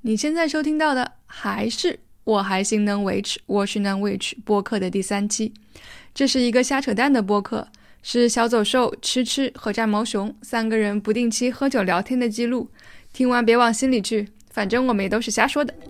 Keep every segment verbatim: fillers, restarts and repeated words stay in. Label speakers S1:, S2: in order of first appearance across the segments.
S1: 你现在收听到的还是我还行能维持 Washington Witch 播客的第三期。这是一个瞎扯淡的播客，是小走兽、吃吃和战毛熊三个人不定期喝酒聊天的记录。听完别往心里去，反正我们也都是瞎说的。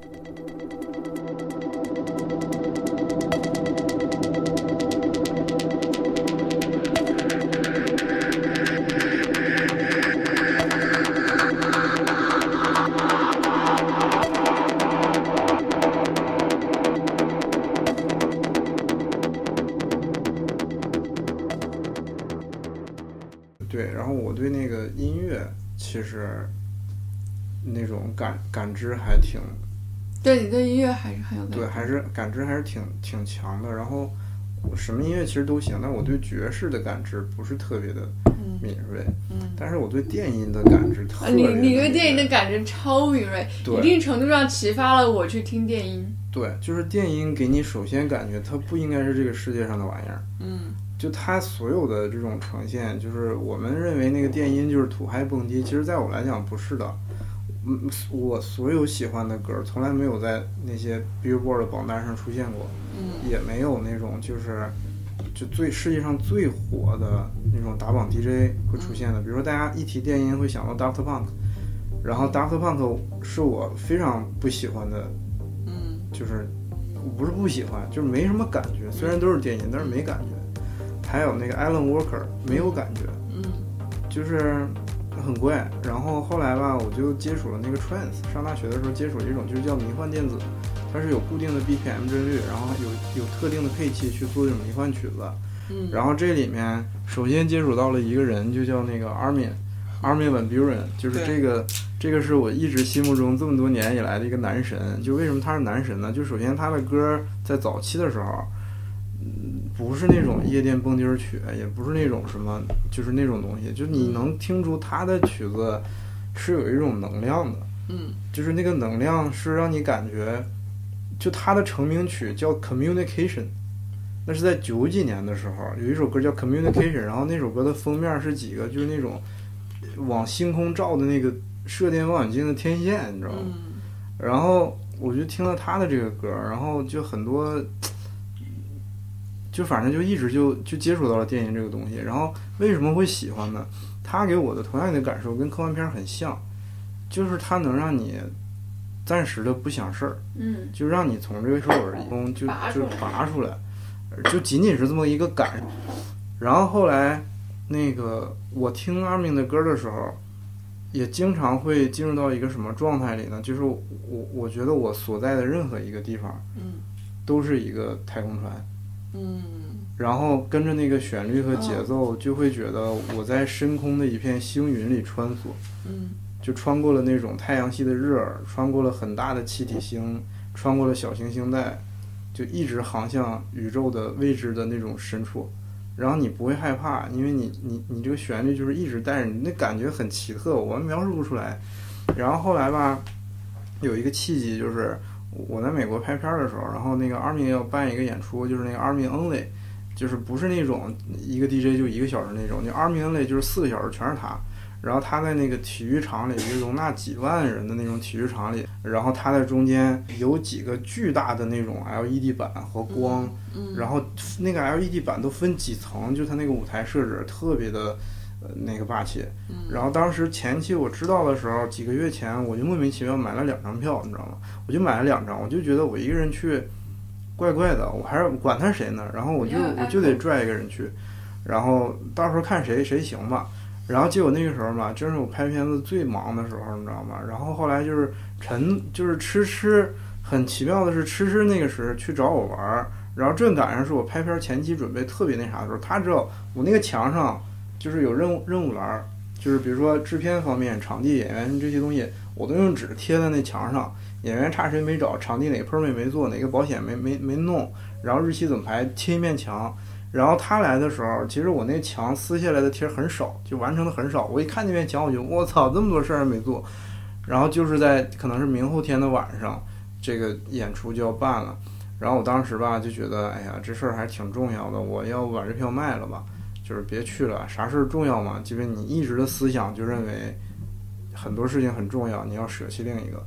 S2: 对，然后我对那个音乐其实那种感感知还挺，
S1: 对，你对音乐还是很有感觉，
S2: 对，还是感知还是挺挺强的。然后我什么音乐其实都行，但我对爵士的感知不是特别的敏锐，
S1: 嗯，
S2: 但是我对电音的感知特别的敏锐。
S1: 你你对电音的感知超敏锐，一定程度上启发了我去听电音。
S2: 对，就是电音给你首先感觉它不应该是这个世界上的玩意儿，
S1: 嗯。
S2: 就它所有的这种呈现，就是我们认为那个电音就是土嗨蹦迪，其实在我来讲不是的。嗯，我所有喜欢的歌从来没有在那些 Billboard 的榜单上出现过，
S1: 嗯，
S2: 也没有那种就是就最世界上最火的那种打榜 D J 会出现的。比如说大家一提电音会想到 Daft Punk， 然后 Daft Punk 是我非常不喜欢的，
S1: 嗯，
S2: 就是不是不喜欢，就是没什么感觉，虽然都是电音，但是没感觉。还有那个 Alan Walker 没有感觉，
S1: 嗯，
S2: 就是很怪。然后后来吧，我就接触了那个 trance， 上大学的时候接触一种就是叫迷幻电子，它是有固定的 B P M 帧率，然后有有特定的配器去做这种迷幻曲子。
S1: 嗯，
S2: 然后这里面首先接触到了一个人，就叫那个 Armin Armin van Buuren， 就是这个这个是我一直心目中这么多年以来的一个男神。就为什么他是男神呢？就首先他的歌在早期的时候。嗯，不是那种夜店蹦迪曲，也不是那种什么，就是那种东西，就你能听出他的曲子是有一种能量的，
S1: 嗯，
S2: 就是那个能量是让你感觉，就他的成名曲叫 Communication， 那是在九几年的时候，有一首歌叫 Communication， 然后那首歌的封面是几个就是那种往星空照的那个射电望远镜的天线，你知道吗？
S1: 嗯，
S2: 然后我就听了他的这个歌，然后就很多。就反正就一直就就接触到了电音这个东西，然后为什么会喜欢呢？他给我的同样的感受跟科幻片很像，就是它能让你暂时的不想事儿，
S1: 嗯，
S2: 就让你从这个受耳中就就拔出来，就仅仅是这么一个感受。然后后来那个我听阿明的歌的时候，也经常会进入到一个什么状态里呢？就是我我觉得我所在的任何一个地方，
S1: 嗯，
S2: 都是一个太空船。
S1: 嗯，
S2: 然后跟着那个旋律和节奏，就会觉得我在深空的一片星云里穿梭，
S1: 嗯，
S2: 就穿过了那种太阳系的日珥，穿过了很大的气体星，穿过了小行星带，就一直航向宇宙的未知的那种深处。然后你不会害怕，因为你你你这个旋律就是一直带着你，那感觉很奇特，我描述不出来。然后后来吧，有一个契机就是。我在美国拍片的时候，然后那个 Armin 要办一个演出，就是那个 Armin Only， 就是不是那种一个 D J 就一个小时那种，那 Armin Only 就是四个小时全是他，然后他在那个体育场里，就容纳几万人的那种体育场里，然后他在中间有几个巨大的那种 L E D 板和光，
S1: 嗯嗯、
S2: 然后那个 L E D 板都分几层，就他那个舞台设置特别的。呃，那个霸气，然后当时前期我知道的时候，几个月前我就莫名其妙买了两张票，你知道吗？我就买了两张，我就觉得我一个人去怪怪的，我还是管他谁呢，然后我就我就得拽一个人去，然后到时候看谁谁行吧。然后结果那个时候嘛，正是我拍片子最忙的时候，你知道吗？然后后来就是陈就是吃吃，很奇妙的是吃吃那个时候去找我玩，然后正赶上是我拍片前期准备特别那啥的时候，他知道我那个墙上。就是有任务任务栏，就是比如说制片方面、场地、演员这些东西，我都用纸贴在那墙上。演员差谁没找，场地哪个 permit 没做，哪个保险没没没弄，然后日期怎么排，贴一面墙。然后他来的时候，其实我那墙撕下来的贴很少，就完成的很少。我一看那面墙，我就我操，这么多事儿没做。然后就是在可能是明后天的晚上，这个演出就要办了。然后我当时吧就觉得，哎呀，这事儿还挺重要的，我要把这票卖了吧。就是别去了，啥事儿重要嘛？基本你一直的思想就认为很多事情很重要，你要舍弃另一个。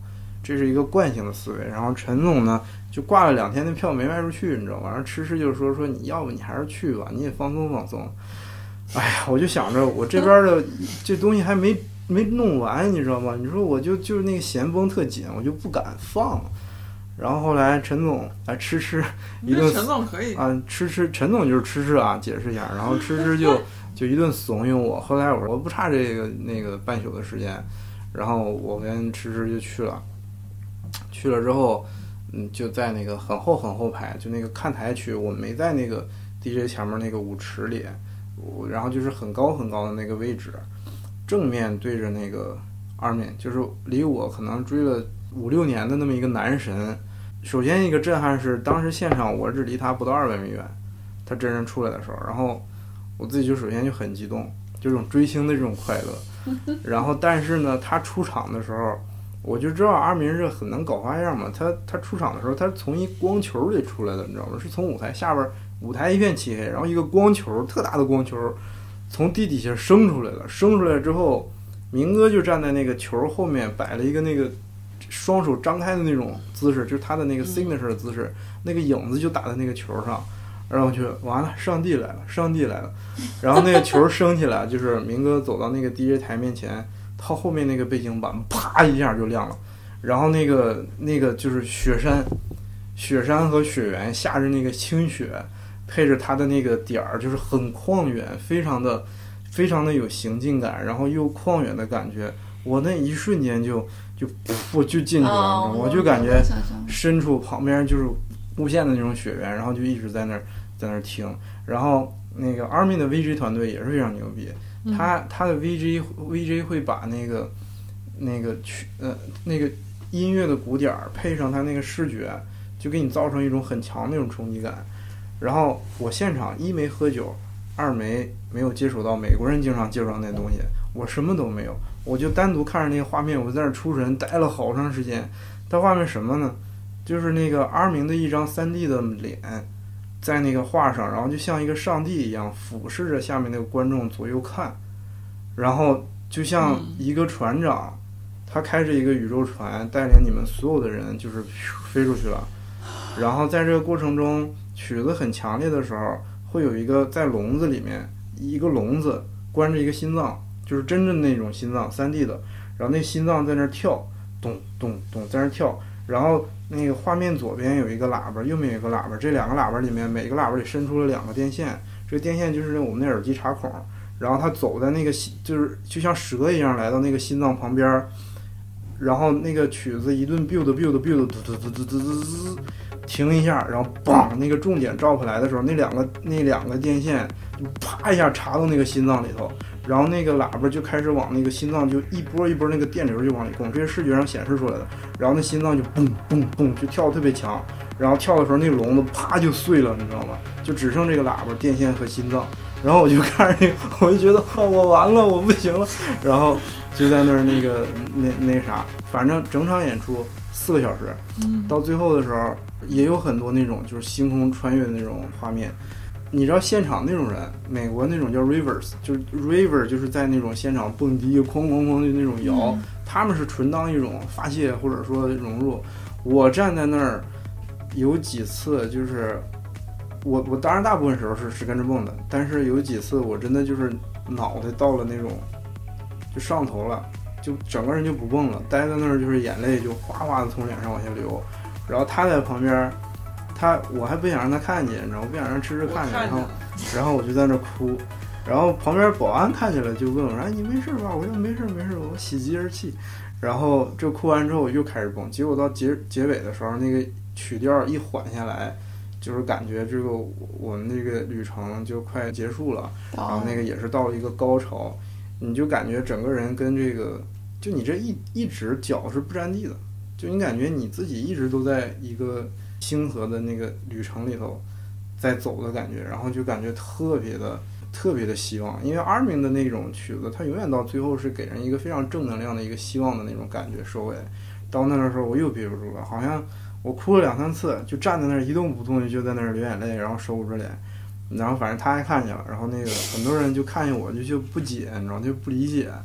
S2: 这是一个惯性的思维。然后陈总呢就挂了两天的票没卖出去，你知道吗？然后吃吃就说说你要不你还是去吧，你也放松放松。哎呀，我就想着我这边的这东西还没没弄完，你知道吗？你说我就就是那个弦绷特紧，我就不敢放。然后后来陈总来吃吃一顿，
S3: 陈总可以
S2: 啊，吃吃陈总就是吃吃啊，解释一下。然后吃吃就就一顿怂恿我。后来我说我不差这个那个半宿的时间，然后我跟吃吃就去了。去了之后，嗯，就在那个很后很后排，就那个看台区，我没在那个 D J 前面那个舞池里，我然后就是很高很高的那个位置，正面对着那个二面，就是离我可能追了五六年的那么一个男神。首先一个震撼是，当时现场我只离他不到二百米远，他真人出来的时候，然后我自己就首先就很激动，这种追星的这种快乐。然后但是呢，他出场的时候，我就知道阿明是很能搞花样嘛。他他出场的时候，他从一光球里出来的，你知道吗？是从舞台下边，舞台一片漆黑，然后一个光球，特大的光球，从地底下升出来了。升出来之后，明哥就站在那个球后面，摆了一个那个双手张开的那种姿势，就是他的那个 signature 的姿势，那个影子就打在那个球上。然后就完了，上帝来了，上帝来了。然后那个球升起来，就是明哥走到那个 D J 台面前，他后面那个背景板啪一下就亮了。然后那个那个就是雪山，雪山和雪原下着那个清雪，配着它的那个点儿，就是很旷远，非常的非常的有行进感，然后又旷远的感觉。我那一瞬间就就我就进去了，
S1: 哦、
S2: 我就感觉身处旁边就是无限的那种雪原，然后就一直在那儿在那儿听。然后那个 Armin 的 V J 团队也是非常牛逼，他他的 V J V J 会把那个那个曲呃那个音乐的鼓点配上他那个视觉，就给你造成一种很强的那种冲击感。然后我现场一没喝酒，二没没有接触到美国人经常接触到那东西，我什么都没有，我就单独看着那个画面，我在那出神待了好长时间。它画面什么呢？就是那个阿明的一张 三 D 的脸在那个画上，然后就像一个上帝一样俯视着下面那个观众左右看，然后就像一个船长，他开着一个宇宙船带领你们所有的人就是飞出去了。然后在这个过程中曲子很强烈的时候，会有一个在笼子里面，一个笼子关着一个心脏，就是真正那种心脏 三 D 的，然后那心脏在那跳咚咚咚在那跳。然后那个画面左边有一个喇叭，右面有一个喇叭，这两个喇叭里面每个喇叭里伸出了两个电线，这个电线就是我们的耳机插孔。然后他走在那个就是就像蛇一样来到那个心脏旁边，然后那个曲子一顿 build build build 嘟嘟嘟嘟嘟嘟嘟，停一下，然后嘣，那个重点照回来的时候，那两个那两个电线就啪一下插到那个心脏里头，然后那个喇叭就开始往那个心脏就一波一波那个电流就往里供，这是视觉上显示出来的。然后那心脏就嘣嘣嘣就跳得特别强，然后跳的时候那个笼子啪就碎了，你知道吗？就只剩这个喇叭、电线和心脏。然后我就看着那个，我就觉得、哦、我完了，我不行了。然后就在那儿那个那那啥，反正整场演出四个小时，到最后的时候也有很多那种就是星空穿越的那种画面。你知道现场那种人，美国那种叫 rivers， 就是 river 就是在那种现场蹦迪哐哐哐的那种摇、嗯，他们是纯当一种发泄或者说融入。我站在那儿有几次就是我我当然大部分时候是是跟着蹦的，但是有几次我真的就是脑袋到了那种就上头了，就整个人就不蹦了，待在那儿就是眼泪就哗哗的从脸上往下流。然后他在旁边，他我还不想让他看见，你知道，我不想让吃吃看见，然后然后我就在那哭，然后旁边保安看见了就问我说：“哎，你没事吧？”我说：“没事没事，我喜极而泣。”然后这哭完之后我又开始蹦，结果到结结尾的时候，那个曲调一缓下来，就是感觉这个我们这个旅程就快结束了，然后那个也是到了一个高潮，你就感觉整个人跟这个，就你这一一直脚是不沾地的，就你感觉你自己一直都在一个星河的那个旅程里头在走的感觉，然后就感觉特别的特别的希望。因为阿明的那种曲子，它永远到最后是给人一个非常正能量的一个希望的那种感觉收尾。到那的时候我又憋不住了，好像我哭了两三次，就站在那儿一动不动，就在那儿流眼泪，然后手捂着脸。然后反正他还看见了，然后那个很多人就看见我就就不解，你知道，就不理解。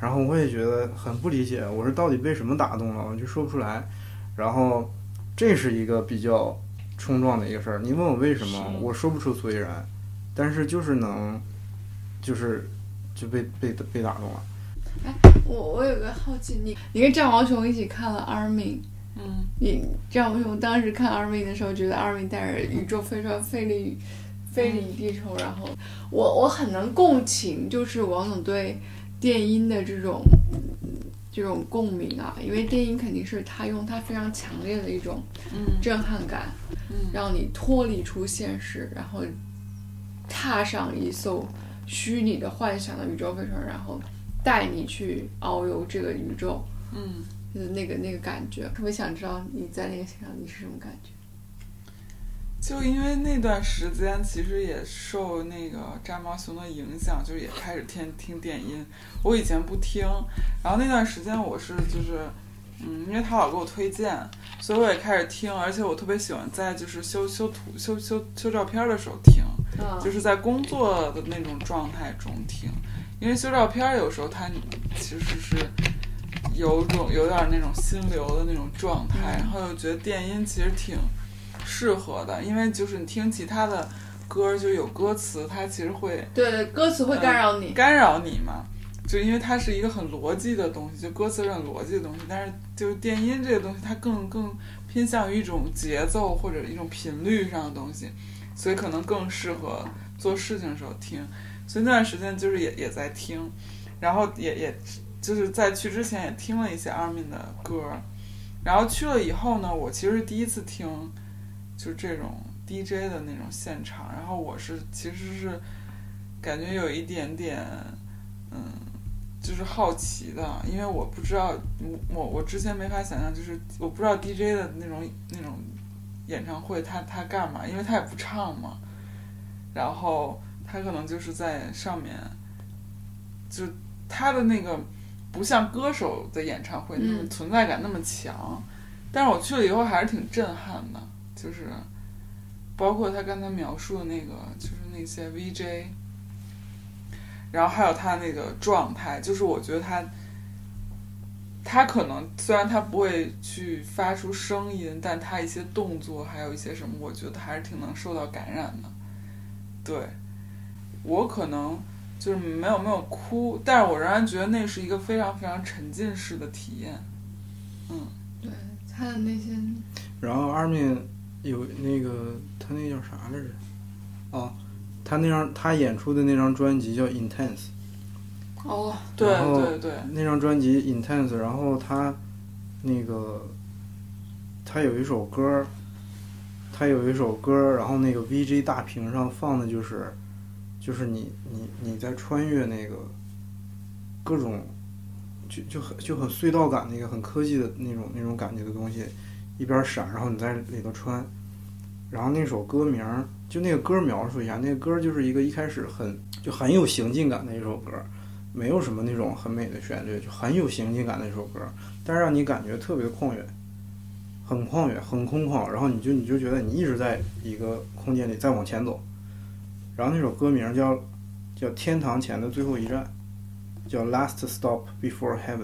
S2: 然后我也觉得很不理解，我说到底被什么打动了，我就说不出来。然后这是一个比较冲撞的一个事儿，你问我为什么，我说不出所以然，但是就是能，就是就被被被打动了。
S1: 哎，我我有个好奇，你你跟战毛熊一起看了 Armin，
S3: 嗯，
S1: 你战毛熊当时看 Armin 的时候，觉得 Armin 带着宇宙飞船飞离飞离地球，然后我我很能共情，就是王总对电音的这种这种共鸣啊，因为电音肯定是他用他非常强烈的一种震撼感，
S3: 嗯，
S1: 让你脱离出现实，然后踏上一艘虚拟的幻想的宇宙飞船，然后带你去遨游这个宇宙，
S3: 嗯，
S1: 就是那个那个感觉，特别想知道你在那个现场你是什么感觉。
S3: 就因为那段时间其实也受那个战毛熊的影响，就是也开始听听电音。我以前不听，然后那段时间我是就是嗯，因为他老给我推荐，所以我也开始听，而且我特别喜欢在就是修修图修修修照片的时候听，
S1: 嗯，
S3: 就是在工作的那种状态中听，因为修照片有时候它其实是有种有点那种心流的那种状态，然后又觉得电音其实挺适合的，因为就是你听其他的歌就有歌词，它其实会
S1: 对对，歌词会干扰你、
S3: 呃、干扰你嘛，就因为它是一个很逻辑的东西，就歌词是很逻辑的东西，但是就是电音这个东西它更更偏向于一种节奏或者一种频率上的东西，所以可能更适合做事情的时候听，所以那段时间就是也也在听，然后也也就是在去之前也听了一些 Armin 的歌，然后去了以后呢，我其实第一次听就是这种 D J 的那种现场，然后我是其实是感觉有一点点嗯就是好奇的，因为我不知道我我之前没法想象，就是我不知道 D J 的那种那种演唱会他他干嘛，因为他也不唱嘛，然后他可能就是在上面，就他的那个不像歌手的演唱会那么存在感那么强、嗯、但是我去了以后还是挺震撼的，就是包括他刚才描述的那个就是那些 V J， 然后还有他那个状态，就是我觉得他他可能虽然他不会去发出声音，但他一些动作还有一些什么，我觉得还是挺能受到感染的。对，我可能就是没有没有哭，但是我仍然觉得那是一个非常非常沉浸式的体验。嗯，
S1: 对，他的那些，
S2: 然后二面有那个他那叫啥来着？哦，他那张他演出的那张专辑叫 Intense。
S1: 哦，
S3: 对对对，
S2: 那张专辑 Intense， 然后他那个他有一首歌，他有一首歌，然后那个 V J 大屏上放的就是就是你你你在穿越那个各种就就很就很隧道感，那个很科技的那种那种感觉的东西，一边闪，然后你在里头穿，然后那首歌名就那个歌描述一下，那个歌就是一个一开始很就很有行进感的一首歌。没有什么那种很美的旋律，就很有行进感的一首歌，但是让你感觉特别的旷远，很旷远，很空旷，然后你就你就觉得你一直在一个空间里再往前走。然后那首歌名叫叫天堂前的最后一站，叫 Last Stop Before Heaven。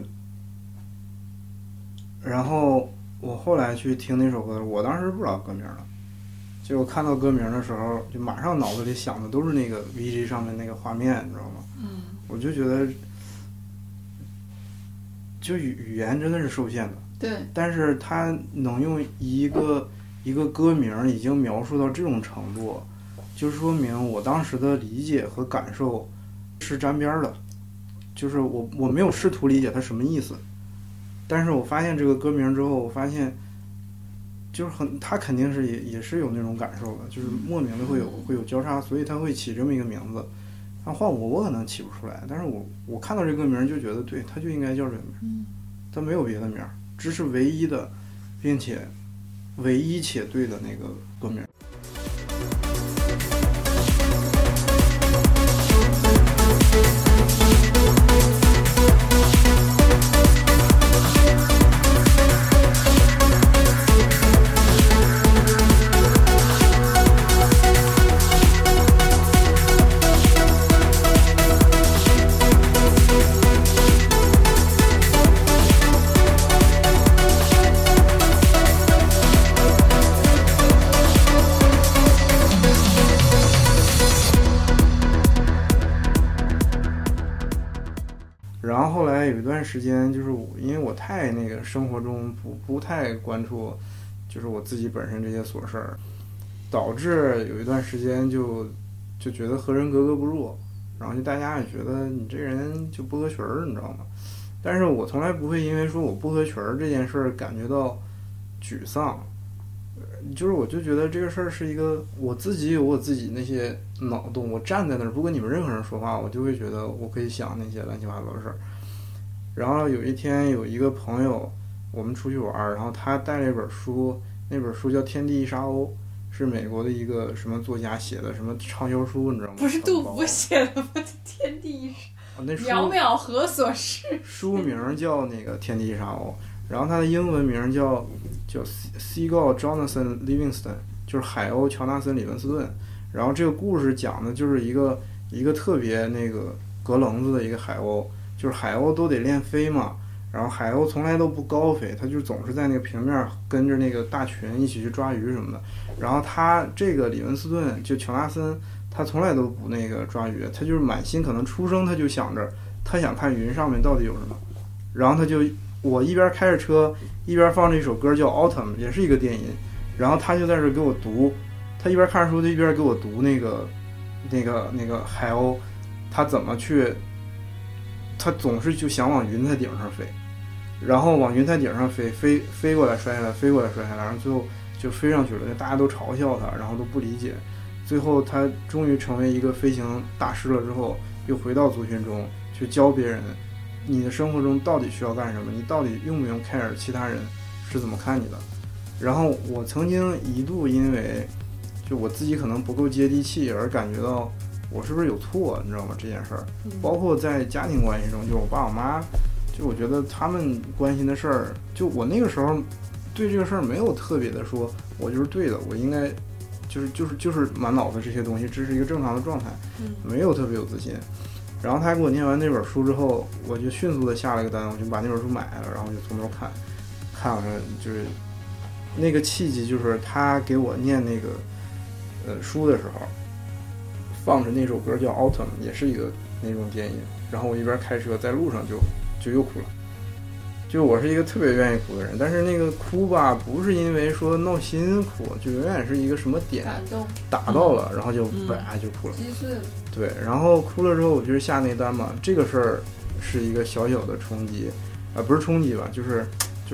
S2: 然后我后来去听那首歌，我当时不知道歌名了，结果看到歌名的时候，就马上脑子里想的都是那个 V J 上面那个画面，你知道吗？
S3: 嗯。
S2: 我就觉得，就语语言真的是受限的。
S1: 对。
S2: 但是他能用一个一个歌名已经描述到这种程度，就说明我当时的理解和感受是沾边的。就是我我没有试图理解它什么意思，但是我发现这个歌名之后，我发现就是很，他肯定是也也是有那种感受的，就是莫名的会有会有交叉，所以他会起这么一个名字。那换我，我可能起不出来，但是我我看到这个名就觉得，对，他就应该叫这个名，他没有别的名，这是唯一的，并且唯一且对的那个歌名。 段时间就是我因为我太那个生活中不不太关注，就是我自己本身这些琐事儿，导致有一段时间就就觉得和人格格不入，然后就大家也觉得你这人就不合群儿，你知道吗？但是我从来不会因为说我不合群儿这件事儿感觉到沮丧，就是我就觉得这个事儿是一个我自己有我自己那些脑洞，我站在那儿不跟你们任何人说话，我就会觉得我可以想那些乱七八糟的事儿。然后有一天有一个朋友，我们出去玩，然后他带了一本书，那本书叫《天地一沙鸥》，是美国的一个什么作家写的什么畅销书，你知道吗？
S4: 不是杜甫写的吗？天地一沙
S2: 啊，那书
S4: 渺渺何所是？
S2: 书名叫那个《天地一沙鸥》，然后它的英文名叫叫 Seagull Jonathan Livingston， 就是海鸥乔纳森·李文斯顿。然后这个故事讲的就是一个一个特别那个隔棱子的一个海鸥，就是海鸥都得练飞嘛，然后海鸥从来都不高飞，它就总是在那个平面跟着那个大群一起去抓鱼什么的。然后他这个李文斯顿就乔纳森，他从来都不那个抓鱼，他就是满心可能出生他就想着他想看云上面到底有什么，然后他就我一边开着车一边放着一首歌叫 Autumn， 也是一个电音，然后他就在这给我读，他一边看书就一边给我读那个那个那个海鸥他怎么去，他总是就想往云彩顶上飞，然后往云彩顶上飞飞飞过来摔下来，飞过来摔下来，然后最后就飞上去了，大家都嘲笑他，然后都不理解，最后他终于成为一个飞行大师了之后，又回到族群中去教别人你的生活中到底需要干什么，你到底用不用 care 其他人是怎么看你的。然后我曾经一度因为就我自己可能不够接地气而感觉到我是不是有错，你知道吗？这件事儿包括在家庭关系中，就是我爸我妈，就我觉得他们关心的事儿，就我那个时候对这个事儿没有特别的说我就是对的，我应该就是就是就是满脑子这些东西，这是一个正常的状态，没有特别有自信。然后他给我念完那本书之后，我就迅速的下了个单，我就把那本书买了，然后就从头看，看完了就是那个契机，就是他给我念那个呃书的时候，放着那首歌叫 Autumn， 也是一个那种电音，然后我一边开车在路上就就又哭了。就我是一个特别愿意哭的人，但是那个哭吧，不是因为说闹心哭，就永远是一个什么点打到了，然后就叭就哭了。对，然后哭了之后，我就是下那单嘛，这个事儿是一个小小的冲击，啊、呃，不是冲击吧，就是就是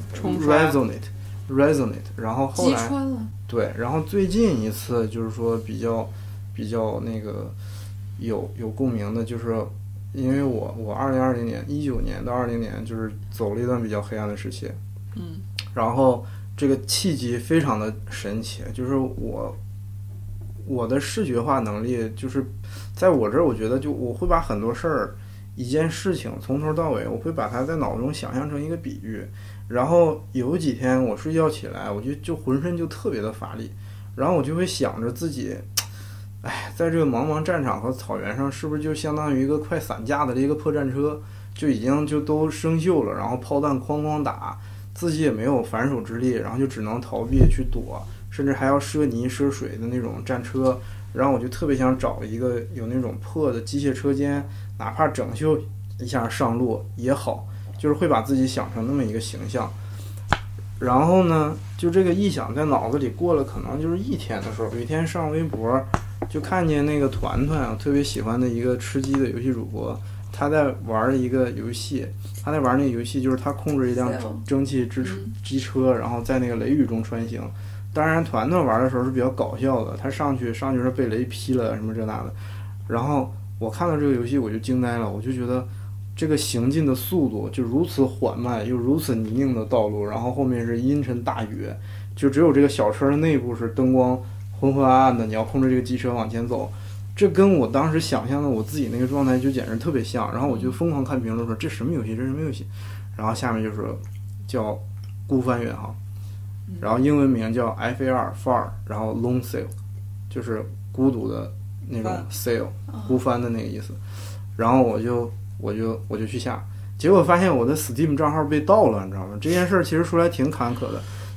S2: resonate resonate， 然后后来对，然后最近一次就是说比较比较那个有有共鸣的，就是。因为我我二零二零年一九年到二零年就是走了一段比较黑暗的时期，
S3: 嗯，
S2: 然后这个契机非常的神奇，就是我我的视觉化能力就是在我这儿，我觉得就我会把很多事儿一件事情从头到尾，我会把它在脑中想象成一个比喻，然后有几天我睡觉起来，我就就浑身就特别的乏力，然后我就会想着自己。哎，在这个茫茫战场和草原上，是不是就相当于一个快散架的这个破战车，就已经就都生锈了，然后炮弹哐哐打，自己也没有反手之力，然后就只能逃避去躲，甚至还要涉泥涉水的那种战车。然后我就特别想找一个有那种破的机械车间，哪怕整修一下上路也好，就是会把自己想成那么一个形象。然后呢，就这个臆想在脑子里过了可能就是一天的时候，有一天上微博。就看见那个团团啊，特别喜欢的一个吃鸡的游戏主播，他在玩一个游戏，他在玩那个游戏就是他控制一辆蒸汽之机车，然后在那个雷雨中穿行。当然，团团玩的时候是比较搞笑的，他上去上去是被雷劈了什么这那的。然后我看到这个游戏我就惊呆了，我就觉得这个行进的速度就如此缓慢，又如此泥泞的道路，然后后面是阴沉大雨，就只有这个小车的内部是灯光。昏昏暗暗的，你要控制这个机车往前走，这跟我当时想象的我自己那个状态就简直特别像。然后我就疯狂看评论说这什么游戏，这什么游戏？然后下面就是叫孤帆远航，然后英文名叫 F A R Far， 然后 Lone Sail， 就是孤独的那种 sail， 孤帆的那个意思。然后我就我就我就去下，结果发现我的 Steam 账号被盗了，你知道吗？这件事其实说来挺坎坷的。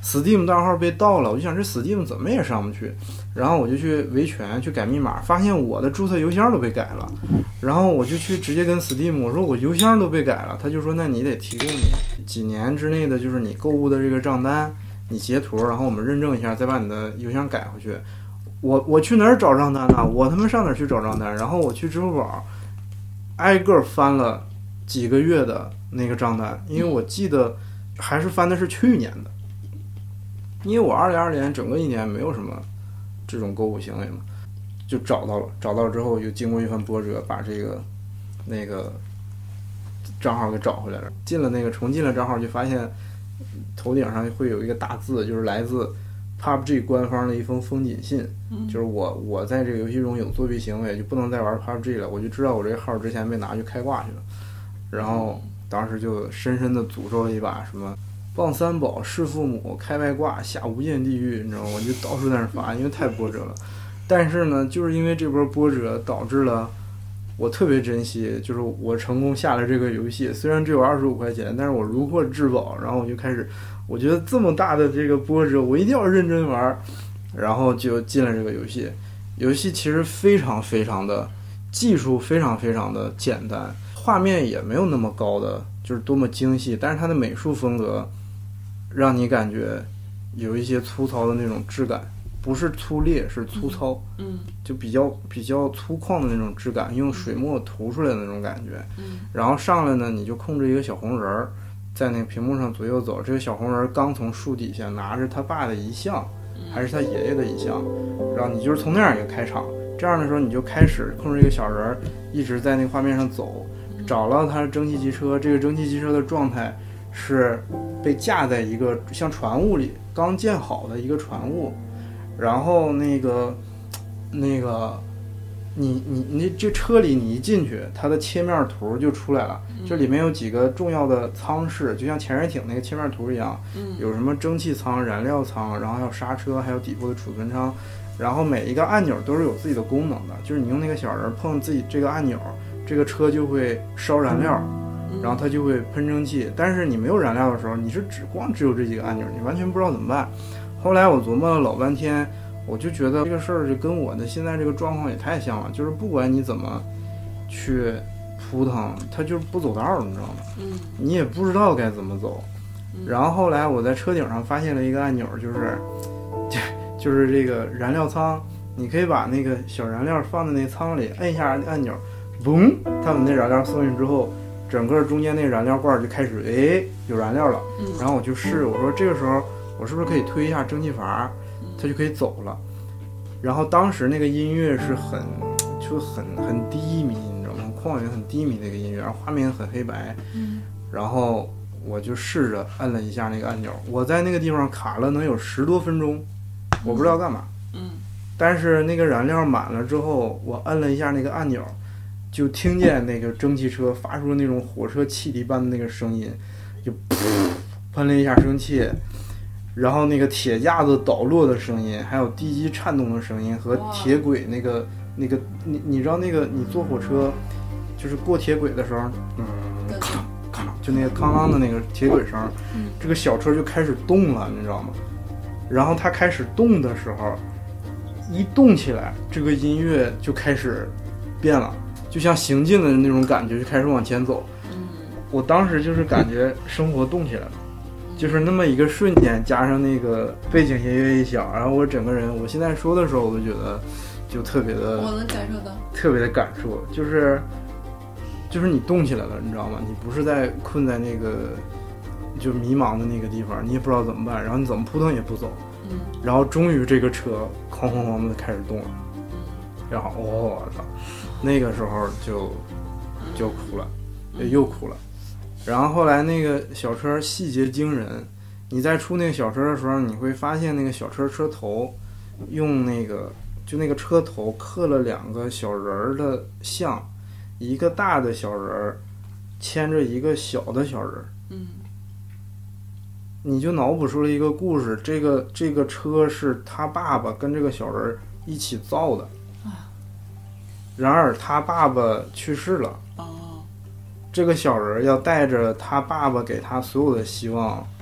S2: Steam 账号被盗了，我就想这 Steam 怎么也上不去，然后我就去维权去改密码，发现我的注册邮箱都被改了，然后我就去直接跟 Steam 我说我邮箱都被改了，他就说那你得提供你几年之内的就是你购物的这个账单，你截图，然后我们认证一下，再把你的邮箱改回去。我我去哪儿找账单呢？我他妈上哪儿去找账单？然后我去支付宝，挨个翻了几个月的那个账单，因为我记得还是翻的是去年的，因为我二零二零年整个一年没有什么这种购物行为嘛，就找到了，找到了之后又经过一番波折，把这个那个账号给找回来了。进了那个重进了账号，就发现头顶上会有一个大字，就是来自 P U B G 官方的一封封锦信，就是我我在这个游戏中有作弊行为，就不能再玩 P U B G 了。我就知道我这个号之前被拿去开挂去了，然后当时就深深的诅咒了一把，什么傍三宝、弑父母、开外挂、下无间地狱，你知道吗？我就到处在那发，因为太波折了。但是呢，就是因为这波波折，导致了我特别珍惜，就是我成功下了这个游戏，虽然只有二十五块钱，但是我如获至宝。然后我就开始，我觉得这么大的这个波折，我一定要认真玩，然后就进了这个游戏。游戏其实非常非常的技术，非常非常的简单，画面也没有那么高的，就是多么精细，但是它的美术风格让你感觉有一些粗糙的那种质感。不是粗劣，是粗糙，
S3: 嗯，
S2: 就比较比较粗犷的那种质感，用水墨涂出来的那种感觉。
S3: 嗯，
S2: 然后上来呢，你就控制一个小红人儿，在那个屏幕上左右走。这个小红人刚从树底下拿着他爸的遗像，还是他爷爷的遗像，然后你就是从那样一个开场。这样的时候，你就开始控制一个小人儿，一直在那个画面上走，找到他的蒸汽机车。这个蒸汽机车的状态是被架在一个像船坞里，刚建好的一个船坞。然后那个，那个，你你你这车里你一进去，它的切面图就出来了。这里面有几个重要的舱室，就像潜水艇那个切面图一样，有什么蒸汽舱、燃料舱，然后还有刹车，还有底部的储存舱。然后每一个按钮都是有自己的功能的，就是你用那个小人碰自己这个按钮，这个车就会烧燃料，然后它就会喷蒸汽。但是你没有燃料的时候，你是只光只有这几个按钮，你完全不知道怎么办。后来我琢磨了老半天，我就觉得这个事儿就跟我的现在这个状况也太像了，就是不管你怎么去扑腾，它就是不走道，你知道吗？
S3: 嗯，
S2: 你也不知道该怎么走。然后后来我在车顶上发现了一个按钮，就是就是这个燃料舱，你可以把那个小燃料放在那舱里，摁一下按钮，嘣，它把那燃料送进之后，整个中间那燃料罐就开始哎有燃料了。然后我就试，我说这个时候我是不是可以推一下蒸汽阀，它就可以走了。然后当时那个音乐是很就很很低迷，你知道吗？旷野很低迷的一个音乐，然后画面很黑白。
S3: 嗯，
S2: 然后我就试着按了一下那个按钮，我在那个地方卡了能有十多分钟，我不知道干嘛。
S3: 嗯，但
S2: 是那个燃料满了之后，我按了一下那个按钮，就听见那个蒸汽车发出那种火车汽笛般的那个声音，就噗喷了一下蒸汽。然后那个铁架子倒落的声音，还有地基颤动的声音和铁轨那个那个你你知道那个你坐火车就是过铁轨的时候，嗯，咔咔就那个哐啷的那个铁轨声，这个小车就开始动了，你知道吗？然后它开始动的时候，一动起来，这个音乐就开始变了，就像行进的那种感觉，就开始往前走。我当时就是感觉生活动起来了。就是那么一个瞬间，加上那个背景音乐一响，然后我整个人，我现在说的时候，我都觉得就特别的，
S4: 我能感受到，
S2: 特别的感触，就是就是你动起来了，你知道吗？你不是在困在那个就迷茫的那个地方，你也不知道怎么办，然后你怎么扑腾也不走，
S3: 嗯，
S2: 然后终于这个车哐哐哐的开始动了，然后哦，我操，那个时候就就哭了，又哭了。然后后来那个小车细节惊人，你在出那个小车的时候，你会发现那个小车车头用那个就那个车头刻了两个小人儿的像，一个大的小人儿牵着一个小的小人儿。
S3: 嗯，
S2: 你就脑补出了一个故事，这个这个车是他爸爸跟这个小人一起造的，然而他爸爸去世了。这个小人要带着他爸爸给他所有的希望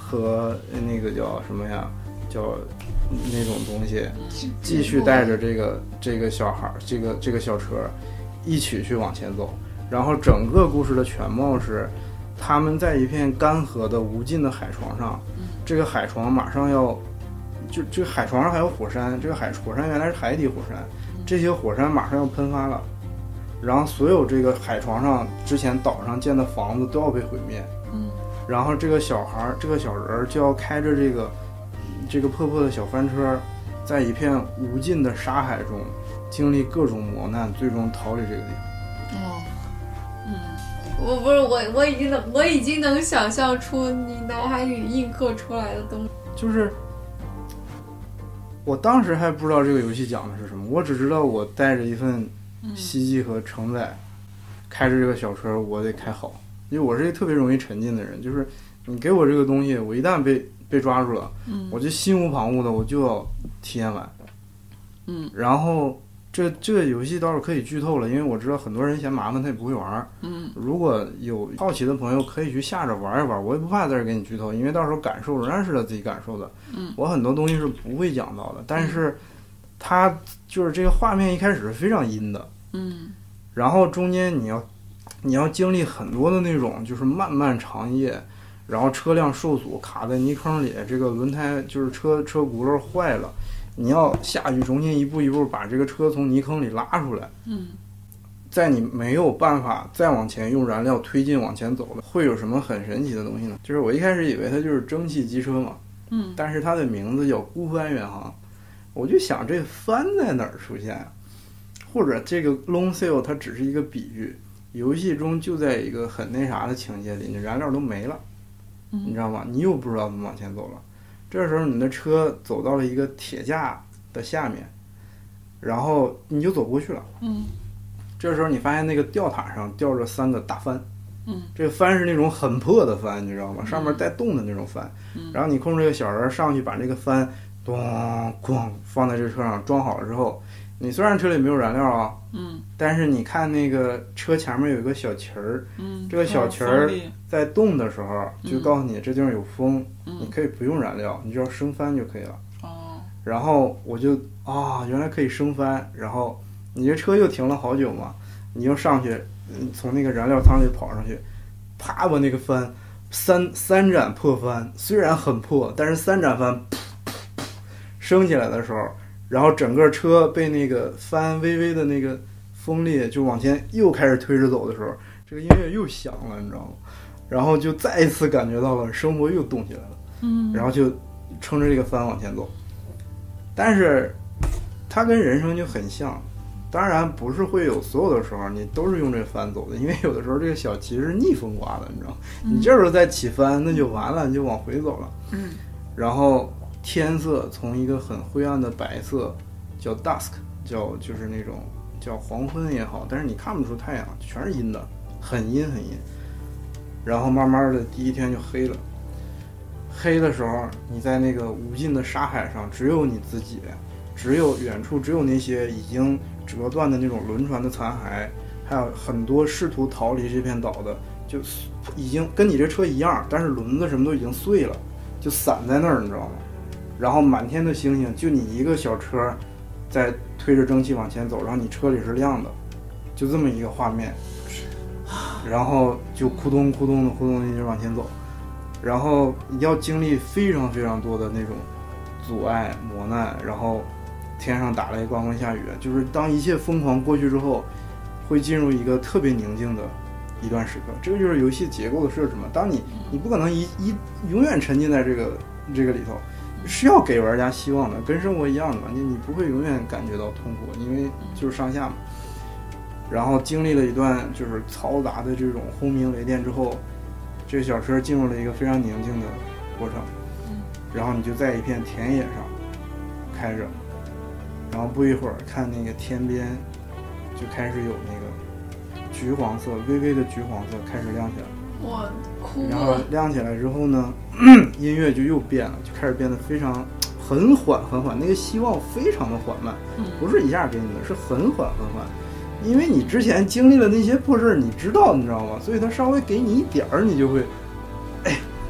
S2: 和那个叫什么呀，叫那种东西，继续带着这个这个小孩，这个这个小车，一起去往前走。然后整个故事的全貌是，他们在一片干涸的无尽的海床上，这个海床马上要，就这个海床上还有火山，这个海火山原来是海底火山，这些火山马上要喷发了，然后所有这个海床上之前岛上建的房子都要被毁灭。
S3: 嗯，
S2: 然后这个小孩，这个小人就要开着这个这个破破的小帆车，在一片无尽的沙海中经历各种磨难，最终逃离这个地方。
S3: 哦，嗯，
S4: 我不是我，我已经能，我已经能想象出你脑海里印刻出来的东西。
S2: 就是我当时还不知道这个游戏讲的是什么，我只知道我带着一份希冀和承载，开着这个小车，我得开好，因为我是一个特别容易沉浸的人，就是你给我这个东西，我一旦被被抓住了，
S3: 嗯，
S2: 我就心无旁骛的，我就要体验完。
S3: 嗯，
S2: 然后这这个游戏倒是可以剧透了，因为我知道很多人嫌麻烦，他也不会玩。
S3: 嗯，
S2: 如果有好奇的朋友，可以去下着玩一玩，我也不怕在这给你剧透，因为到时候感受仍然是他自己感受的。
S3: 嗯，
S2: 我很多东西是不会讲到的，但是它就是这个画面一开始是非常阴的。
S3: 嗯，
S2: 然后中间你要你要经历很多的那种就是漫漫长夜，然后车辆受阻卡在泥坑里，这个轮胎就是车车轱辘坏了，你要下去中间一步一步把这个车从泥坑里拉出来。
S3: 嗯，
S2: 在你没有办法再往前用燃料推进往前走了，会有什么很神奇的东西呢？就是我一开始以为它就是蒸汽机车嘛，
S3: 嗯，
S2: 但是它的名字叫孤帆远航，我就想这帆在哪儿出现啊？或者这个 long sail 它只是一个比喻，游戏中就在一个很那啥的情节里，你燃料都没了，你知道吗？你又不知道怎么往前走了，这时候你的车走到了一个铁架的下面，然后你就走不过去了。
S3: 嗯，
S2: 这时候你发现那个吊塔上吊着三个大帆，
S3: 嗯，
S2: 这个帆是那种很破的帆，你知道吗？上面带洞的那种帆，
S3: 嗯，
S2: 然后你控制这个小人上去把这个帆咚咣放在这车上装好了之后，你虽然车里没有燃料啊，
S3: 嗯，
S2: 但是你看那个车前面有一个小旗儿，
S3: 嗯，
S2: 这个小旗儿在动的时候就告诉你这地方有风，
S3: 嗯，
S2: 你可以不用燃料，你只要升帆就可以了。
S3: 哦，
S2: 然后我就啊，原来可以升帆，然后你这车又停了好久嘛，你又上去，从那个燃料舱里跑上去，啪把那个帆三三盏破帆，虽然很破，但是三盏帆噗噗噗升起来的时候，然后整个车被那个帆微微的那个风力就往前又开始推着走的时候，这个音乐又响了，你知道吗？然后就再一次感觉到了生活又动起来了，
S3: 嗯，
S2: 然后就撑着这个帆往前走。但是它跟人生就很像，当然不是会有所有的时候你都是用这个帆走的，因为有的时候这个小旗是逆风刮的，你知道吗？你这时候再起帆那就完了，你就往回走了。
S3: 嗯，
S2: 然后天色从一个很灰暗的白色叫 dusk， 叫就是那种叫黄昏也好，但是你看不出太阳，全是阴的，很阴很阴。然后慢慢的第一天就黑了，黑的时候你在那个无尽的沙海上只有你自己，只有远处只有那些已经折断的那种轮船的残骸，还有很多试图逃离这片岛的，就已经跟你这车一样，但是轮子什么都已经碎了，就散在那儿，你知道吗？然后满天的星星，就你一个小车在推着蒸汽往前走，然后你车里是亮的，就这么一个画面，然后就咕咚咕咚的咕咚一直往前走，然后要经历非常非常多的那种阻碍磨难，然后天上打雷刮风下雨，就是当一切疯狂过去之后，会进入一个特别宁静的一段时刻。这个就是游戏结构的设置嘛，当你你不可能一一永远沉浸在这个这个里头，是要给玩家希望的，跟生活一样的嘛，你你不会永远感觉到痛苦，因为就是上下嘛。然后经历了一段就是嘈杂的这种轰鸣雷电之后，这个小车进入了一个非常宁静的过程，然后你就在一片田野上开着，然后不一会儿看那个天边就开始有那个橘黄色，微微的橘黄色开始亮起来，
S4: 我哭了。
S2: 然后亮起来之后呢，音乐就又变了，就开始变得非常很缓很缓，那个希望非常的缓慢，不是一下给你的，是很缓很缓。因为你之前经历了那些破事儿，你知道，你知道吗？所以他稍微给你一点儿，你就会，哎，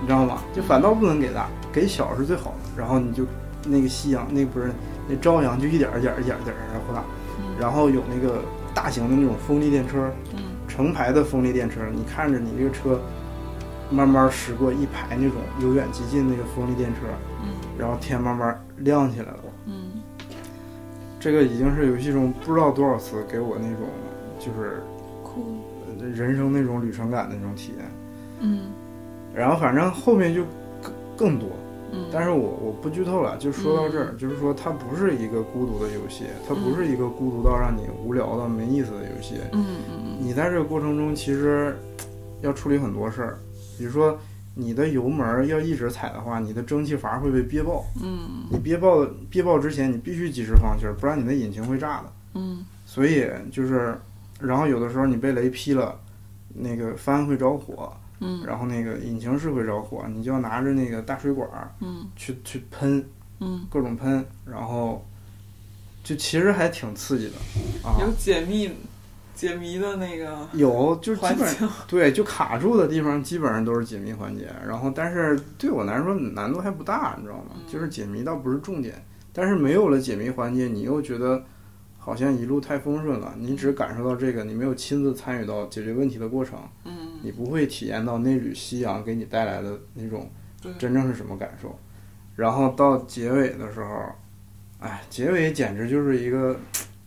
S2: 知道吗？就反倒不能给大，给小是最好的。然后你就那个夕阳，那不是那朝阳，就一点一点一点一点儿画，然后有那个大型的那种风力电车，成排的风力电车，你看着你这个车慢慢驶过一排那种由远及近那个风力电车，然后天慢慢亮起来了。
S3: 嗯，
S2: 这个已经是游戏中不知道多少次给我那种就是
S3: 酷
S2: 人生那种旅程感的那种体验。
S3: 嗯，
S2: 然后反正后面就更更多。
S3: 嗯，
S2: 但是我我不剧透了，就说到这儿，嗯、就是说它不是一个孤独的游戏，它不是一个孤独到让你无聊的没意思的游戏。
S3: 嗯嗯，
S2: 你在这个过程中其实要处理很多事儿，比如说你的油门要一直踩的话，你的蒸汽阀会被憋爆。
S3: 嗯，
S2: 你憋爆憋爆之前，你必须及时放气儿，不然你的引擎会炸的。
S3: 嗯，
S2: 所以就是，然后有的时候你被雷劈了，那个帆会着火。
S3: 嗯，
S2: 然后那个引擎室会着火，你就要拿着那个大水管，
S3: 嗯，
S2: 去去喷，
S3: 嗯，
S2: 各种喷，然后就其实还挺刺激的啊。
S3: 有解密解谜的那个
S2: 有，就基本上对，就卡住的地方基本上都是解谜环节。然后，但是对我来说难度还不大，你知道吗？
S3: 嗯、
S2: 就是解谜倒不是重点，但是没有了解谜环节，你又觉得好像一路太丰顺了，你只感受到这个，你没有亲自参与到解决问题的过程。
S3: 嗯。
S2: 你不会体验到那缕夕阳给你带来的那种真正是什么感受，然后到结尾的时候，哎，结尾简直就是一个，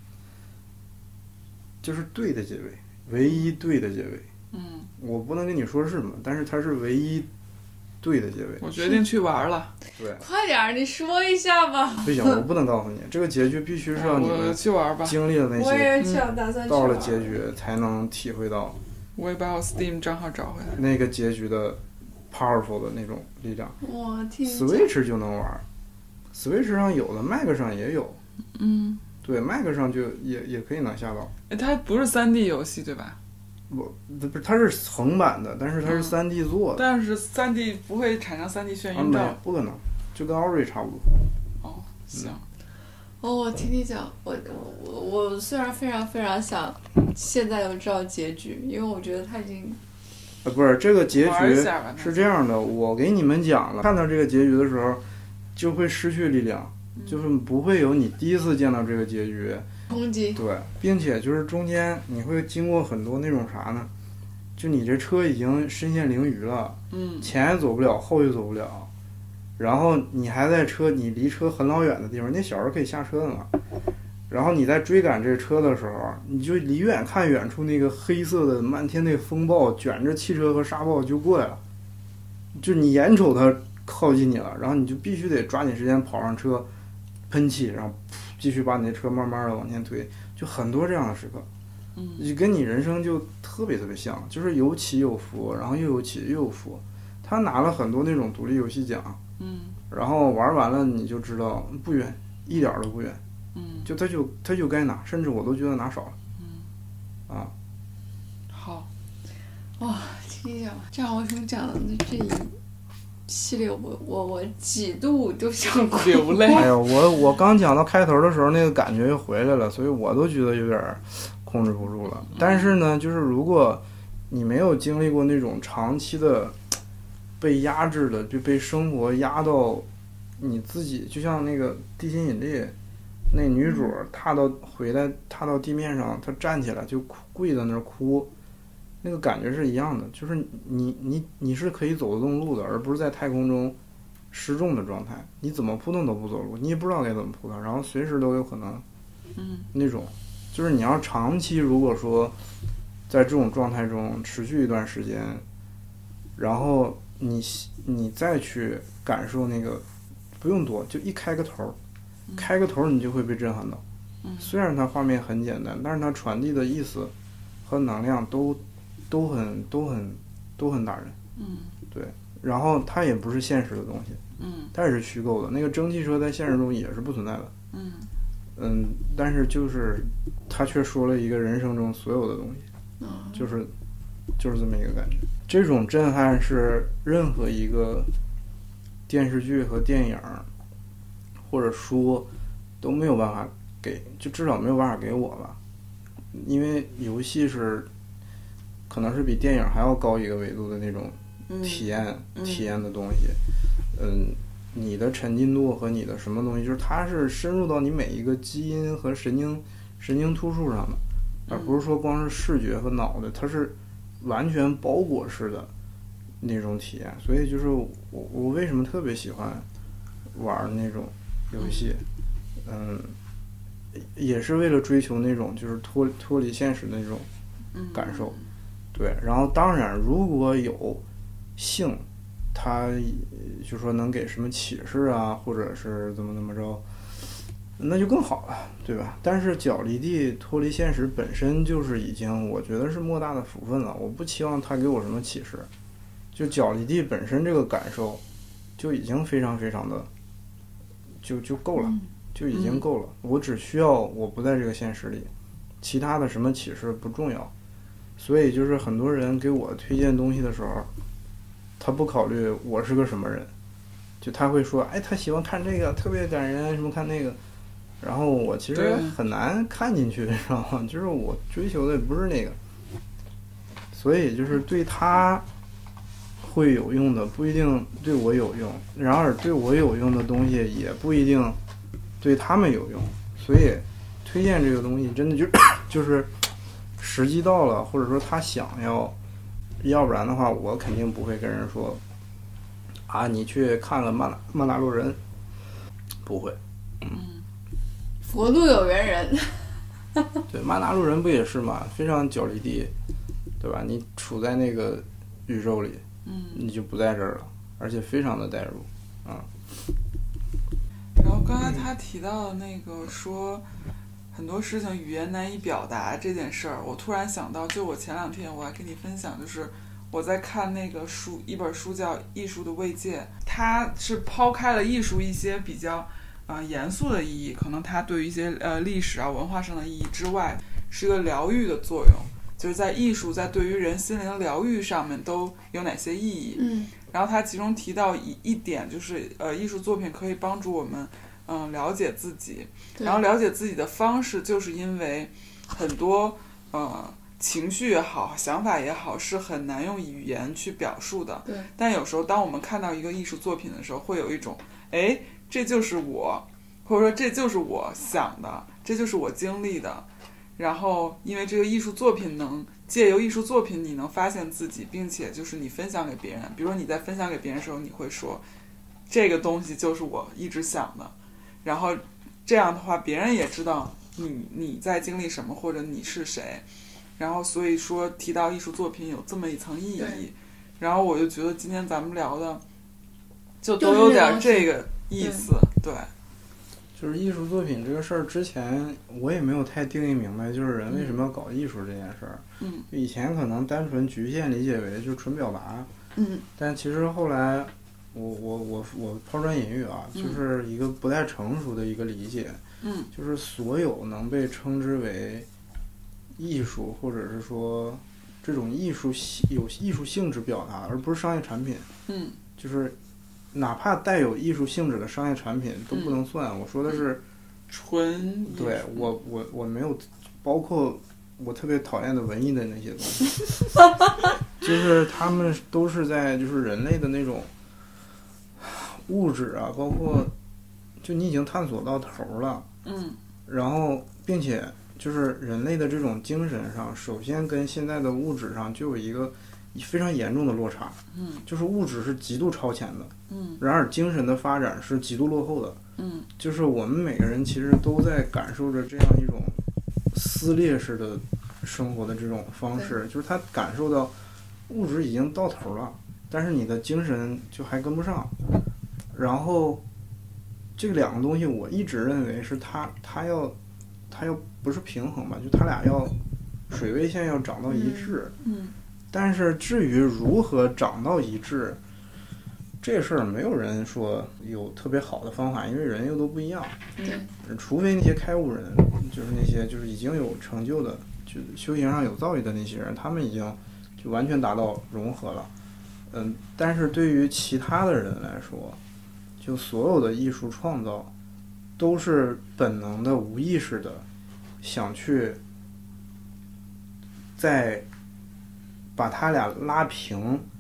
S2: 就是对的结尾，唯一对的结尾。
S3: 嗯，
S2: 我不能跟你说是什么，但是它是唯一对的结尾。
S3: 我决定去玩了。
S2: 对，
S4: 快点儿，你说一下吧。
S2: 不行，我不能告诉你，这个结局必须是让你们
S3: 去玩吧，
S2: 经历了那些，
S4: 我也想打算去
S2: 到了结局才能体会到。
S3: 我也把我 Steam 账号找回来。
S2: 那个结局的 powerful 的那种力量，
S4: 我听
S2: Switch 就能玩 ，Switch 上有的 Mac 上也有。
S3: 嗯，
S2: 对 ，Mac 上就也也可以能下到。
S3: 哎，它不是 三 D 游戏对吧？
S2: 不，不是，它是横版的，但是它是 三 D 做的。
S3: 嗯、但是 三 D 不会产生 三 D 眩晕症、
S2: 啊？不可能，就跟 Ori 差不多。
S3: 哦，行。
S2: 嗯
S4: 哦，我听你讲，我我我虽然非常非常想现在就知道结局，因为我觉得他已经，
S2: 呃，不是这个结局是这样的，我给你们讲了，看到这个结局的时候，就会失去力量，
S3: 嗯、
S2: 就是不会有你第一次见到这个结局
S4: 冲击，
S2: 对，并且就是中间你会经过很多那种啥呢，就你这车已经身陷囹圄了，
S3: 嗯，
S2: 前也走不了，后也走不了。然后你还在车，你离车很老远的地方，那小时候可以下车的嘛。然后你在追赶这车的时候，你就离远看远处那个黑色的漫天那风暴卷着汽车和沙暴就过来了，就你眼瞅它靠近你了，然后你就必须得抓紧时间跑上车，喷气，然后继续把你那车慢慢的往前推，就很多这样的时刻，
S3: 嗯，
S2: 就跟你人生就特别特别像，就是有起有伏，然后又有起又有伏。他拿了很多那种独立游戏奖。
S3: 嗯，
S2: 然后玩完了你就知道不远，一点都不远。
S3: 嗯，
S2: 就他就他就该拿，甚至我都觉得拿少了。
S3: 嗯，
S2: 啊，
S3: 好，
S4: 哇，听你讲，这样我想讲的这一系列我，我我我几度都想
S3: 流泪。
S2: 哎呀，我我刚讲到开头的时候，那个感觉又回来了，所以我都觉得有点控制不住了。但是呢，就是如果你没有经历过那种长期的。被压制的，就被生活压到你自己，就像那个地心引力，那女主踏到回来踏到地面上，她站起来就跪在那儿哭，那个感觉是一样的，就是你你你是可以走得动路的，而不是在太空中失重的状态，你怎么扑腾都不走路，你也不知道该怎么扑腾，然后随时都有可能，
S3: 嗯，
S2: 那种就是你要长期如果说在这种状态中持续一段时间，然后。你你再去感受那个，不用多，就一开个头，
S3: 嗯、
S2: 开个头你就会被震撼到。
S3: 嗯、
S2: 虽然它画面很简单，但是它传递的意思和能量都都很都很都很打人。
S3: 嗯，
S2: 对。然后它也不是现实的东西，
S3: 嗯，
S2: 它也是虚构的。那个蒸汽车在现实中也是不存在的。
S3: 嗯
S2: 嗯，但是就是他却说了一个人生中所有的东西，
S3: 嗯、
S2: 就是就是这么一个感觉。这种震撼是任何一个电视剧和电影或者书都没有办法给，就至少没有办法给我吧。因为游戏是可能是比电影还要高一个维度的那种体验、
S3: 嗯、
S2: 体验的东西，嗯，你的沉浸度和你的什么东西，就是它是深入到你每一个基因和神经神经突触上的，而不是说光是视觉和脑袋，它是完全包裹式的那种体验。所以就是我我为什么特别喜欢玩那种游戏，嗯，也是为了追求那种就是脱脱离现实的那种感受。对，然后当然如果有幸他就说能给什么启示啊，或者是怎么怎么着，那就更好了，对吧？但是脚离地脱离现实本身就是已经我觉得是莫大的福分了，我不期望他给我什么启示，就脚离地本身这个感受就已经非常非常的就就够了，就已经够了。我只需要我不在这个现实里，其他的什么启示不重要。所以就是很多人给我推荐东西的时候，他不考虑我是个什么人，就他会说，哎，他喜欢看这个特别感人，什么看那个，然后我其实很难看进去，知道吗？就是我追求的不是那个，所以就是对他会有用的不一定对我有用，然而对我有用的东西也不一定对他们有用，所以推荐这个东西真的就就是时机到了，或者说他想要，要不然的话我肯定不会跟人说啊你去看了曼曼达洛人，不会。
S4: 嗯，佛度有缘人。
S2: 对，曼达洛人不也是嘛，非常脚离地，对吧？你处在那个宇宙里，
S3: 嗯，
S2: 你就不在这儿了，而且非常的代入啊。
S3: 然后刚才他提到的那个说很多事情语言难以表达这件事儿，我突然想到，就我前两天我还跟你分享，就是我在看那个书，一本书叫《艺术的慰藉》，它是抛开了艺术一些比较呃严肃的意义，可能它对于一些呃历史啊文化上的意义之外，是个疗愈的作用，就是在艺术在对于人心灵疗愈上面都有哪些意义。
S4: 嗯，
S3: 然后它其中提到一一点，就是呃艺术作品可以帮助我们嗯、呃、了解自己，然后了解自己的方式就是因为很多呃情绪也好想法也好是很难用语言去表述的。
S4: 对，
S3: 但有时候当我们看到一个艺术作品的时候，会有一种哎这就是我，或者说这就是我想的，这就是我经历的，然后因为这个艺术作品能借由艺术作品你能发现自己，并且就是你分享给别人，比如说你在分享给别人的时候，你会说这个东西就是我一直想的，然后这样的话别人也知道你你在经历什么，或者你是谁，然后所以说提到艺术作品有这么一层意义，然后我就觉得今天咱们聊的就都有点这个意思。 对, 对
S2: 就是艺术作品这个事儿，之前我也没有太定义明白，就是人为什么要搞艺术这件事儿。
S3: 嗯，
S2: 以前可能单纯局限理解为就纯表达。
S4: 嗯，
S2: 但其实后来我我我我抛砖引玉啊，就是一个不太成熟的一个理解。
S3: 嗯，
S2: 就是所有能被称之为艺术，或者是说这种艺术有艺术性质表达，而不是商业产品。
S3: 嗯，
S2: 就是哪怕带有艺术性质的商业产品都不能算。嗯、我说的是
S3: 纯，
S2: 对我我我没有包括我特别讨厌的文艺的那些东西，就是他们都是在就是人类的那种物质啊，包括就你已经探索到头了，
S3: 嗯，
S2: 然后并且就是人类的这种精神上，首先跟现在的物质上就有一个非常严重的落差。
S3: 嗯，
S2: 就是物质是极度超前的，
S3: 嗯，
S2: 然而精神的发展是极度落后的。
S3: 嗯，
S2: 就是我们每个人其实都在感受着这样一种撕裂式的生活的这种方式，就是他感受到物质已经到头了，但是你的精神就还跟不上。然后这两个东西我一直认为是他他要他要不是平衡吧，就他俩要水位线要长到一致。
S3: 嗯，嗯，
S2: 但是至于如何长到一致，这事儿没有人说有特别好的方法，因为人又都不一样。
S4: 对，
S2: 除非那些开悟人，就是那些就是已经有成就的，就修行上有造诣的那些人，他们已经就完全达到融合了。嗯，但是对于其他的人来说，就所有的艺术创造都是本能的、无意识的，想去在把他俩拉平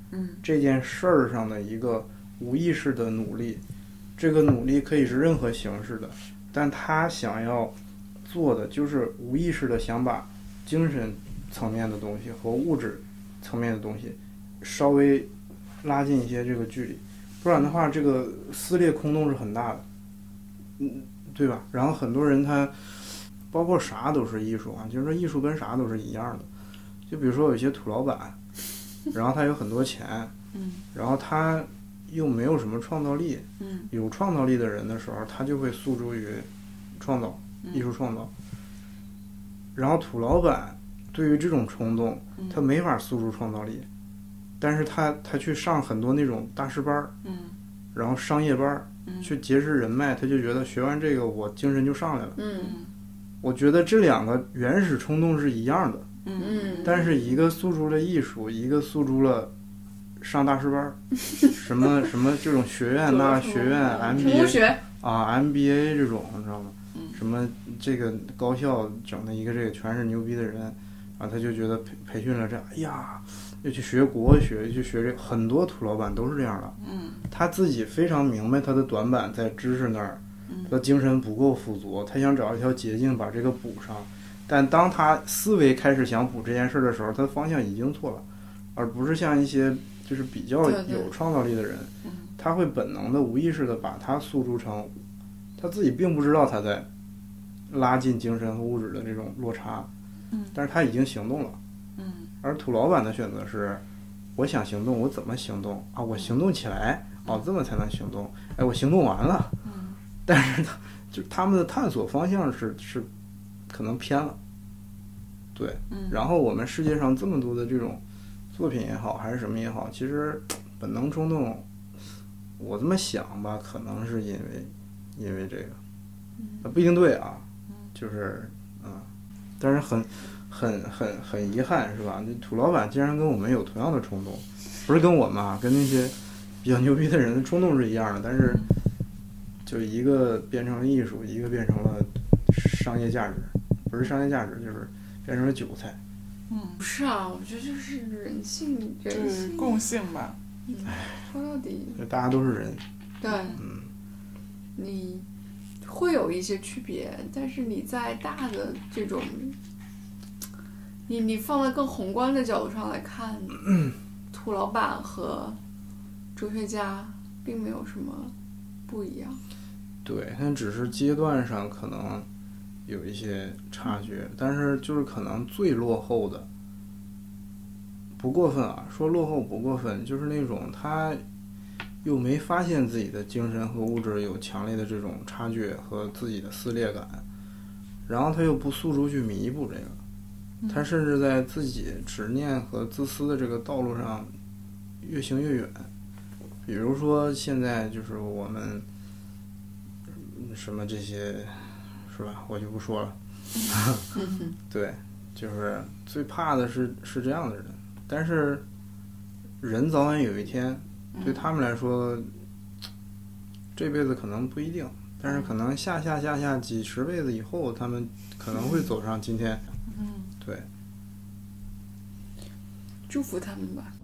S3: 嗯
S2: 这件事儿上的一个无意识的努力，这个努力可以是任何形式的，但他想要做的就是无意识的想把精神层面的东西和物质层面的东西稍微拉近一些这个距离，不然的话这个撕裂空洞是很大的，嗯，对吧？然后很多人他包括啥都是艺术啊，就是说艺术跟啥都是一样的，就比如说有些土老板，然后他有很多钱，
S3: 嗯
S2: 然后他又没有什么创造力，
S3: 嗯
S2: 有创造力的人的时候，他就会诉诸于创造、艺术创造。然后土老板对于这种冲动，他没法诉诸创造力，但是他他去上很多那种大师班，
S3: 嗯
S2: 然后商业班，去结识人脉，他就觉得学完这个我精神就上来了。
S4: 嗯
S2: 我觉得这两个原始冲动是一样的，
S4: 嗯，
S2: 但是一个诉诸了艺术，一个诉诸了上大师班，什么什么这种学院呐、学院 M B
S4: 同
S2: A
S4: 学，
S2: 啊 M B A 这种，你知道吗？
S3: 嗯
S2: 什么这个高校整的一个这个全是牛逼的人，然后他就觉得培培训了这，哎呀，又去学国学，又去学这，很多土老板都是这样的。
S3: 嗯
S2: 他自己非常明白他的短板在知识那儿，
S3: 嗯
S2: 他的精神不够富足，他想找一条捷径把这个补上。但当他思维开始想补这件事的时候，他的方向已经错了，而不是像一些就是比较
S4: 对对
S2: 有创造力的人，
S3: 嗯
S2: 他会本能的、无意识的把它诉诸成，他自己并不知道他在拉近精神和物质的这种落差，
S3: 嗯
S2: 但是他已经行动了。
S3: 嗯
S2: 而土老板的选择是，我想行动，我怎么行动啊？我行动起来，哦，这么才能行动。哎，我行动完了，
S3: 嗯
S2: 但是他就他们的探索方向是是可能偏了，对。
S3: 嗯
S2: 然后我们世界上这么多的这种作品也好，还是什么也好，其实本能冲动，我这么想吧，可能是因为因为这个，呃不一定对啊，就是啊，但是很很很很遗憾是吧？这土老板竟然跟我们有同样的冲动，不是跟我们啊，跟那些比较牛逼的人的冲动是一样的，但是就一个变成了艺术，一个变成了商业价值，不是商业价值，就是变成了韭菜。
S3: 嗯，
S4: 不是啊，我觉得就是人性，
S3: 就是
S4: 人性，
S3: 共性吧。
S4: 嗯，说到底，
S2: 就大家都是人，
S4: 对，
S2: 嗯，
S4: 你会有一些区别，但是你在大的这种，你你放在更宏观的角度上来看，土老板和哲学家并没有什么不一样。
S2: 对，但只是阶段上可能有一些差距，但是就是可能最落后的，不过分啊，说落后不过分，就是那种他又没发现自己的精神和物质有强烈的这种差距和自己的撕裂感，然后他又不诉诸去弥补这个，他甚至在自己执念和自私的这个道路上越行越远。比如说现在就是我们什么这些是吧，我就不说了。对，就是最怕的是是这样的人，但是人早晚有一天对他们来说这辈子可能不一定，但是可能下下下下几十辈子以后他们可能会走上今天。
S3: 嗯，
S2: 对，
S4: 祝福他们吧。